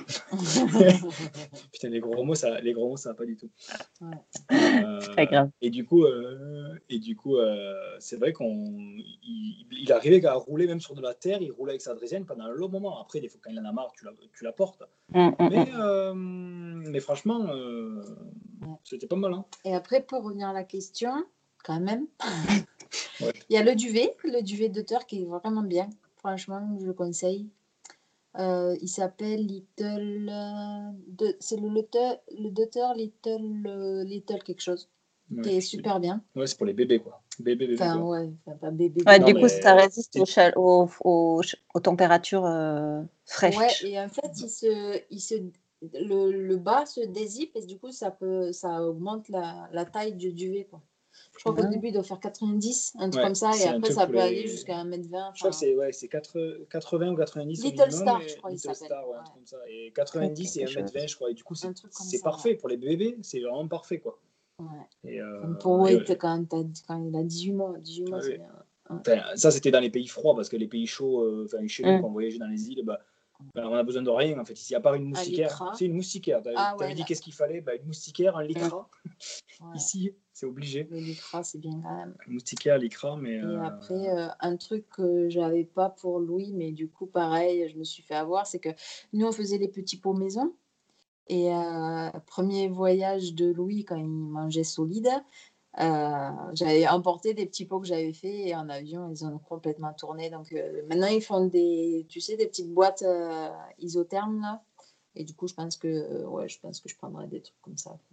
Putain, les gros mots, ça, les gros mots, ça va pas du tout. Ouais. Euh, C'est très grave. Et du coup, euh, et du coup, euh, c'est vrai qu'on, il, il arrivait à rouler même sur de la terre. Il roulait avec sa draisienne pendant un long moment. Après, des fois, quand il en a marre, tu la, tu la portes. Mm, mm, Mais, mm. euh, mais franchement, euh, Ouais. c'était pas mal. Hein. Et après, pour revenir à la question, quand même, Ouais. il y a le duvet, le duvet d'auteur qui est vraiment bien. Franchement, je le conseille. Euh, il s'appelle Little. euh, de, c'est le d'auteur, le d'auteur Little, euh, Little quelque chose, Ouais, qui est c'est- super bien. ouais, c'est pour les bébés, quoi. Bébé, bébé, Enfin, quoi. ouais, enfin, pas bébé. Ouais, Non, du bébé. coup, mais ça résiste c'est- aux, chal- aux, aux, aux températures euh, fraîches. Ouais, et en fait, il se, il se, le, le bas se dézippe et du coup, ça peut, ça augmente la, la taille du duvet, quoi. Je crois qu'au Ah. début, il doit faire quatre-vingt-dix, un truc Ouais, comme ça, et c'est un après, truc ça pour peut les- aller jusqu'à un mètre vingt. Je crois que enfin, c'est ouais, c'est quatre- quatre-vingts ou quatre-vingt-dix au Little minimum. Star, et- je crois, il Little s'appelle. Star, ouais, un Ouais. truc comme ça. Et quatre-vingt-dix et Quelque un mètre vingt, chose. je crois. Et du coup, c'est Un truc comme c'est ça, parfait pour les bébés. C'est vraiment parfait, quoi. Ouais. Et, euh, Comme pour et- Wade, quand, t'as- quand il a dix-huit mois. dix-huit mois, Ouais, c'est ouais. bien. Enfin, ça, c'était dans les pays froids, parce que les pays chauds, euh, enfin, chez nous, Mm. quand on voyageait dans les îles, bah, ben, on a besoin de rien, en fait. Ici, à part une Un moustiquaire. lycra. C'est une moustiquaire. T'avais Ah t'avais ouais, dit là. qu'est-ce qu'il fallait, bah, une moustiquaire, un lycra. Ouais. Ici, c'est obligé. Le lycra, c'est bien quand même. Une moustiquaire, lycra, mais. Et euh, après, euh, un truc que j'avais pas pour Louis, mais du coup, pareil, je me suis fait avoir, c'est que nous, on faisait les petits pots maison. Et euh, premier voyage de Louis, quand il mangeait solide, euh, j'avais emporté des petits pots que j'avais fait et en avion, ils ont complètement tourné. Donc euh, maintenant, ils font des, tu sais, des petites boîtes euh, isothermes là. Et du coup, je pense que, euh, ouais, je pense que je prendrai des trucs comme ça.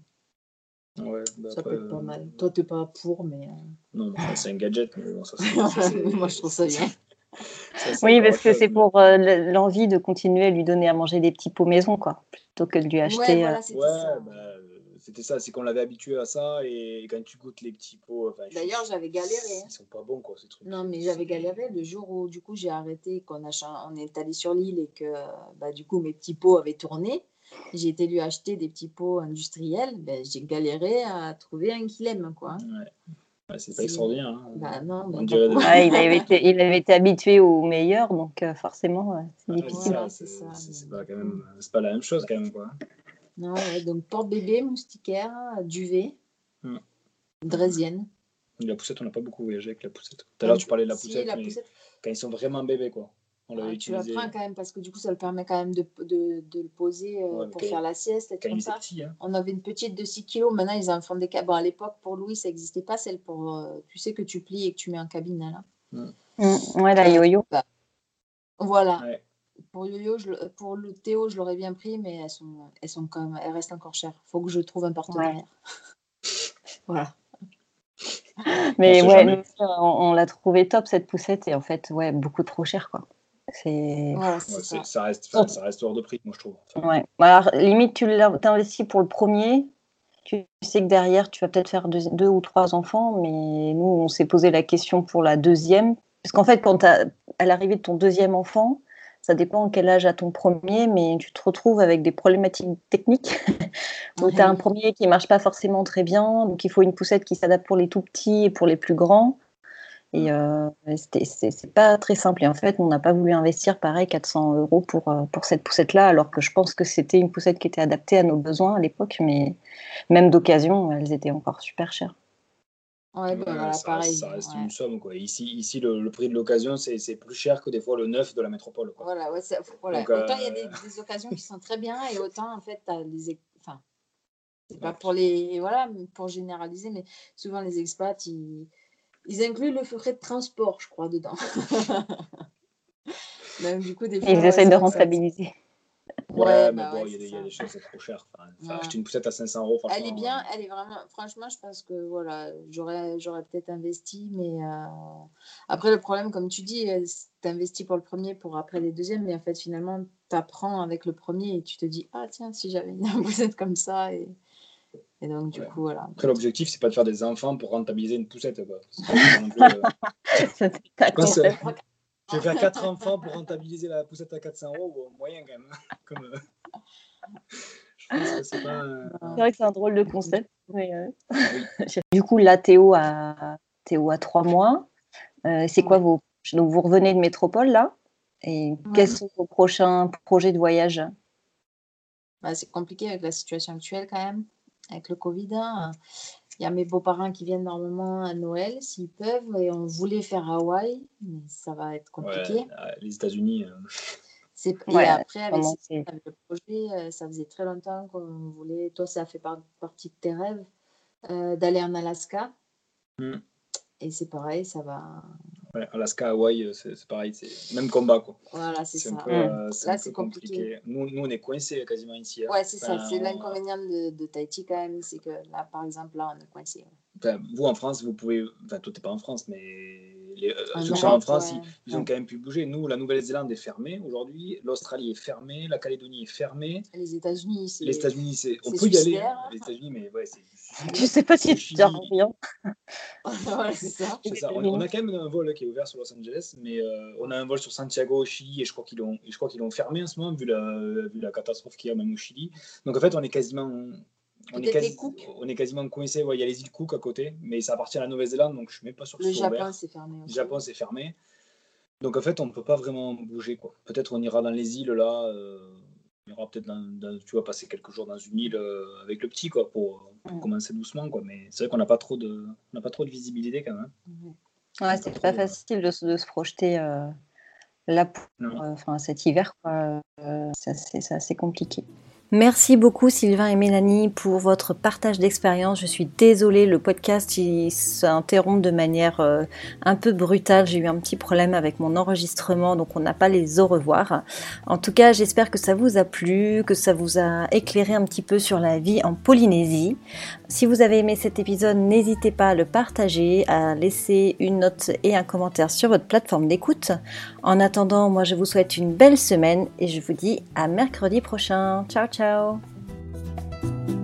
ouais, bah, Ça après, peut être pas euh, mal. Toi, t'es pas pour, mais. euh, Non, enfin, c'est un gadget, mais bon, ça, c'est. ça, c'est- Moi, je trouve ça bien. ça, c'est Oui, encore parce autre que chose, c'est mais- pour euh, le- l'envie de continuer à lui donner à manger des petits pots maison, quoi, plutôt que de lui acheter. Ouais, euh, voilà, c'était Ouais, ça. bah, euh, c'était ça, c'est qu'on l'avait habitué à ça, et quand tu goûtes les petits pots. Enfin, je- D'ailleurs, j'avais galéré. hein. Ils sont pas bons, quoi, ces trucs. Non, mais j'avais galéré le jour où, du coup, j'ai arrêté, qu'on a, cha- on est allé sur l'île et que, bah, du coup, mes petits pots avaient tourné. J'ai été lui acheter des petits pots industriels. Ben, j'ai galéré à trouver un qu'il aime, quoi. Ouais. Ouais, c'est pas C'est- extraordinaire. Hein. Bah non, On ben, dirait pas de- pour- Ouais, il avait été, il avait été habitué au meilleur, donc euh, forcément, ouais, c'est Ah, c'est difficile. Voilà, ça, c'est c'est ça, c'est- c'est mais pas du quand coup- même, c'est pas la même chose quand même, quoi. Non, ouais, donc porte-bébé, moustiquaire, duvet, Hmm. draisienne. La poussette, on n'a pas beaucoup voyagé avec la poussette. Tout à l'heure, tu parlais de la Si, poussette, la mais poussette, quand ils sont vraiment bébés, quoi. On l'avait ah, tu la utilisé prends quand même parce que du coup, ça le permet quand même de, de, de le poser euh, Ouais, mais pour quand faire il- la sieste et tout quand il comme était ça. petit. Hein. On avait une petite de six kilos. Maintenant, ils en font des cabines. Bon, à l'époque, pour Louis, ça n'existait pas, celle pour. euh, tu sais que tu plies et que tu mets en cabine. Là. Mm, ouais, la Euh, yo-yo. bah, voilà. Ouais. Pour Yo-Yo, je le- pour le Théo, je l'aurais bien pris, mais elles sont, elles sont quand même, elles restent encore chères. Faut que je trouve un partenaire. Voilà. Mais On sait ouais, jamais. nous aussi, on, on l'a trouvé top cette poussette et en fait, ouais, beaucoup trop cher, quoi. C'est. Voilà, c'est Ouais, ça. c'est- ça, reste, enfin, ça reste hors de prix, moi, je trouve. Enfin, Ouais. Alors, limite, tu l'investis pour le premier tu sais que derrière, tu vas peut-être faire deux, deux ou trois enfants, mais nous, on s'est posé la question pour la deuxième. Parce qu'en fait, quand à l'arrivée de ton deuxième enfant, ça dépend quel âge a ton premier, mais tu te retrouves avec des problématiques techniques où Ouais, tu as un oui. premier qui ne marche pas forcément très bien, donc il faut une poussette qui s'adapte pour les tout petits et pour les plus grands. Et euh, c'était- c'est c'est pas très simple. Et en fait, on n'a pas voulu investir pareil quatre cents euros pour, euh, pour cette poussette-là, alors que je pense que c'était une poussette qui était adaptée à nos besoins à l'époque, mais même d'occasion, elles étaient encore super chères. Ouais, ben Ouais, voilà, ça, pareil. ça reste Ouais. une somme, quoi. Ici, ici le, le prix de l'occasion, c'est c'est plus cher que des fois le neuf de la métropole, quoi. Voilà, ouais, c'est- voilà. Donc, Autant il y a euh, des, des occasions qui sont très bien, et autant, en fait, t'as les. ex- Enfin, c'est pas ouais. pour les. Voilà, mais pour généraliser, mais souvent les expats, ils, ils incluent le frais de transport, je crois, dedans. Donc, du coup, des Et fois, ils ouais, essayent c'est de vrai que ça. rentabiliser. Ouais, Ouais, mais bah bon, ouais, il y, a c'est des- il y a ça. des choses, c'est trop cher. Enfin, enfin, Ouais. acheter une poussette à cinq cents euros, Elle est franchement. bien, euh, elle est vraiment. Franchement, je pense que voilà, j'aurais, j'aurais peut-être investi, mais euh, après le problème, comme tu dis, tu investis pour le premier, pour après les deuxièmes, mais en fait finalement, tu apprends avec le premier et tu te dis ah tiens, si j'avais une poussette comme ça, et, et donc du ouais. coup voilà. Après, l'objectif, c'est pas de faire des enfants pour rentabiliser une poussette, quoi. C'est pas non plus, euh, C'était un Je pense que concept. je vais faire quatre enfants pour rentabiliser la poussette à quatre cents euros, bon, moyen quand même. Comme, euh, je pense que c'est pas. euh, C'est vrai que c'est un drôle de concept. Mais, euh, Oui. Du coup, là, Théo a, Théo a trois mois. Euh, c'est quoi Ouais. vos... Donc, vous revenez de métropole, là. Et Ouais. quels sont vos prochains projets de voyage? Bah, c'est compliqué avec la situation actuelle quand même, avec le Covid, hein. Il y a mes beaux-parents qui viennent normalement à Noël, s'ils peuvent, et on voulait faire Hawaï, mais ça va être compliqué. Ouais, les États-Unis. euh, C'est... Et Ouais, après, avec, vraiment, Cécile, c'est... avec le projet, euh, ça faisait très longtemps qu'on voulait, toi, ça a fait par- partie de tes rêves, euh, d'aller en Alaska. hmm. Et c'est pareil, ça va. Ouais, Alaska, Hawaï, euh, c'est c'est pareil, c'est même combat, quoi. Voilà, c'est C'est un ça. peu, Mm. euh, c'est un Là, peu c'est compliqué. compliqué. Nous, nous, on est coincés quasiment ici. hein. Ouais, c'est ça. Enfin, C'est on- l'inconvénient de, de Tahiti quand même, c'est que là, par exemple, là, on est coincé. enfin, vous, en France, vous pouvez. Enfin, toi, t'es pas en France, mais les, euh, En ceux qui sont en Europe, France, ouais. ils, ils ont Mm. quand même pu bouger. Nous, la Nouvelle-Zélande est fermée aujourd'hui, l'Australie est fermée, la Calédonie est fermée. Les États-Unis, c'est. Les États-Unis, c'est, on c'est peut y aller. suicidaire. hein. Les États-Unis, mais ouais, c'est du suicide. Tu sais pas Le si tu Chili, reviens. Voilà, c'est ça. c'est ça. On, on a quand même un vol qui est ouvert sur Los Angeles, mais euh, on a un vol sur Santiago au Chili et je crois qu'ils l'ont, et je crois qu'ils l'ont fermé en ce moment vu la, vu la catastrophe qu'il y a même au Chili. Donc en fait, on est quasiment, on est, Peut-être les quasi, Cook. on est quasiment coincé. Ouais, il y a les îles Cook à côté, mais ça appartient à la Nouvelle-Zélande, donc je suis même pas sûr que Le ce soit Japon, ouvert. c'est fermé Le aussi. Japon, c'est fermé. Donc en fait, on ne peut pas vraiment bouger, quoi. Peut-être on ira dans les îles là. Euh, on ira peut-être dans, dans, tu vas passer quelques jours dans une île euh, avec le petit, quoi, pour, pour Mm. commencer doucement, quoi. Mais c'est vrai qu'on n'a pas trop de, on n'a pas trop de visibilité quand même. Mhm. Ouais, Pas c'est trop, pas euh, facile de, se- de se projeter euh, là pour non. euh, enfin, cet hiver, quoi. Euh, c'est assez, c'est assez compliqué. Merci beaucoup Sylvain et Mélanie pour votre partage d'expérience. Je suis désolée, le podcast il s'interrompt de manière euh, un peu brutale. J'ai eu un petit problème avec mon enregistrement, donc on n'a pas les au revoir. En tout cas, j'espère que ça vous a plu, que ça vous a éclairé un petit peu sur la vie en Polynésie. Si vous avez aimé cet épisode, n'hésitez pas à le partager, à laisser une note et un commentaire sur votre plateforme d'écoute. En attendant, moi je vous souhaite une belle semaine et je vous dis à mercredi prochain. Ciao ciao.